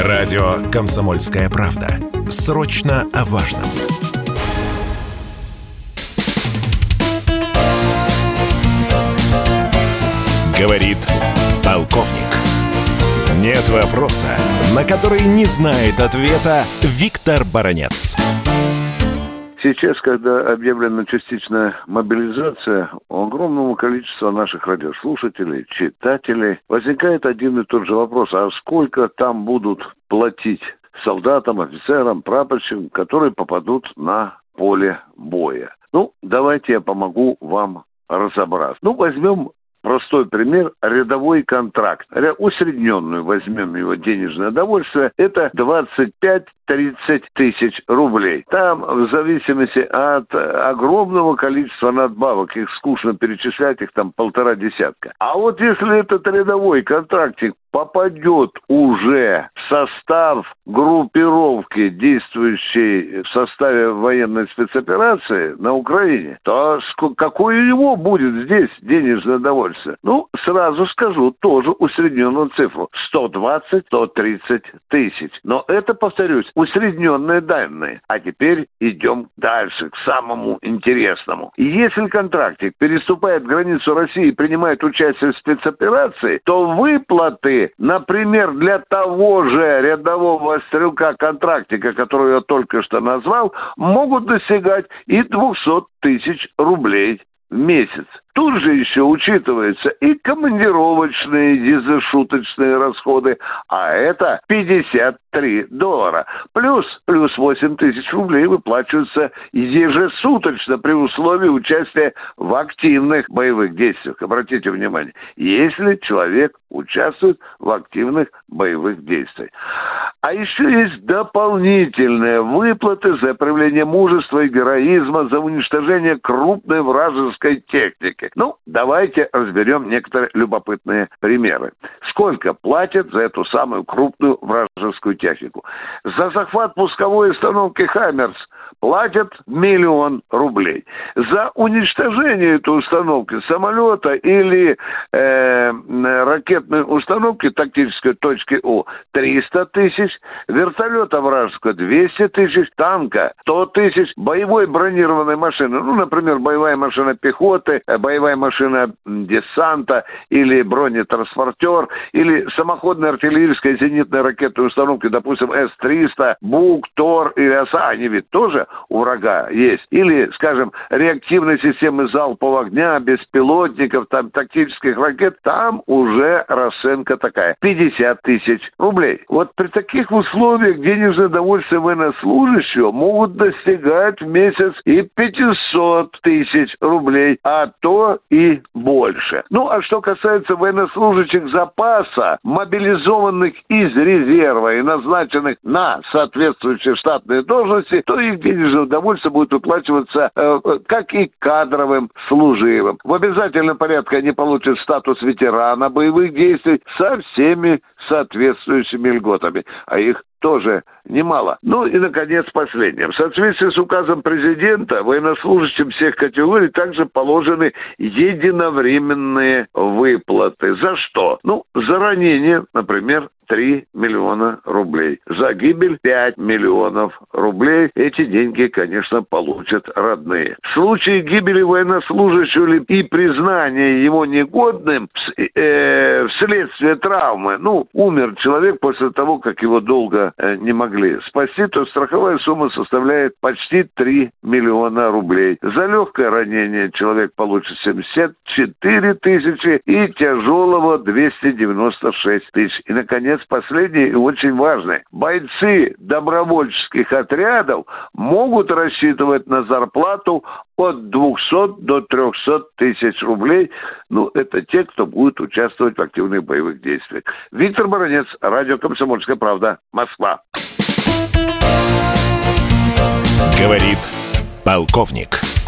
Радио «Комсомольская правда». Срочно о важном. Говорит полковник. Нет вопроса, на который не знает ответа Виктор Баранец. Сейчас, когда объявлена частичная мобилизация, у огромного количества наших радиослушателей, читателей, возникает один и тот же вопрос: а сколько там будут платить солдатам, офицерам, прапорщикам, которые попадут на поле боя? Давайте я помогу вам разобраться. Возьмем простой пример – рядовой контракт. Усредненную возьмем его денежное довольствие – это 25-30 тысяч рублей. Там, в зависимости от огромного количества надбавок, их скучно перечислять, их там 1,5 десятка. А вот если этот рядовой контрактик попадет уже в состав группировки, действующей в составе военной спецоперации на Украине, то какое у него будет здесь денежное довольствие? Сразу скажу тоже усредненную цифру – 120-130 тысяч. Но это, повторюсь, усредненные данные. А теперь идем дальше, к самому интересному. Если контрактик переступает границу России и принимает участие в спецоперации, то выплаты, например, для того же рядового стрелка-контрактика, которого я только что назвал, могут достигать и 200 тысяч рублей в месяц. Тут же еще учитываются и командировочные, дезшуточные расходы, а это $53. Плюс 8 тысяч рублей выплачиваются ежесуточно при условии участия в активных боевых действиях. Обратите внимание, если человек участвует в активных боевых действиях. А еще есть дополнительные выплаты за проявление мужества и героизма, за уничтожение крупной вражеской техники. Давайте разберем некоторые любопытные примеры. Сколько платят за эту самую крупную вражескую технику? За захват пусковой установки «Хаммерс» платят 1 000 000 рублей. За уничтожение этой установки самолета или ракетной установки тактической точки О 300 тысяч, вертолета вражеского 200 тысяч, танка 100 тысяч, боевой бронированной машины, например, боевая машина пехоты, боевая машина десанта или бронетранспортер, или самоходная артиллерийская зенитная ракетная установка, допустим, С-300, БУК, ТОР или ОСА, они ведь тоже у врага есть. Или, скажем, реактивные системы залпового огня, беспилотников, там, тактических ракет, там уже расценка такая, 50 тысяч рублей. Вот при таких условиях денежное довольствие военнослужащего могут достигать в месяц и 500 тысяч рублей, а то и больше. А что касается военнослужащих запаса, мобилизованных из резерва и назначенных на соответствующие штатные должности, то их денежное удовольствие будет выплачиваться как и кадровым служивым. В обязательном порядке они получат статус ветерана боевых действий со всеми соответствующими льготами, а их тоже немало. И, наконец, последнее. В соответствии с указом президента, военнослужащим всех категорий также положены единовременные выплаты. За что? За ранение, например, 3 миллиона рублей. За гибель 5 миллионов рублей. Эти деньги, конечно, получат родные. В случае гибели военнослужащего и признания его негодным вследствие травмы, умер человек после того, как его долго не могли спасти, то страховая сумма составляет почти 3 миллиона рублей. За легкое ранение человек получит 74 тысячи и тяжелого 296 тысяч. И, наконец, последнее и очень важное. Бойцы добровольческих отрядов могут рассчитывать на зарплату от 200 до 300 тысяч рублей. Это те, кто будет участвовать в активных боевых действиях. Виктор Баранец, радио «Комсомольская правда», Москва. Говорит полковник.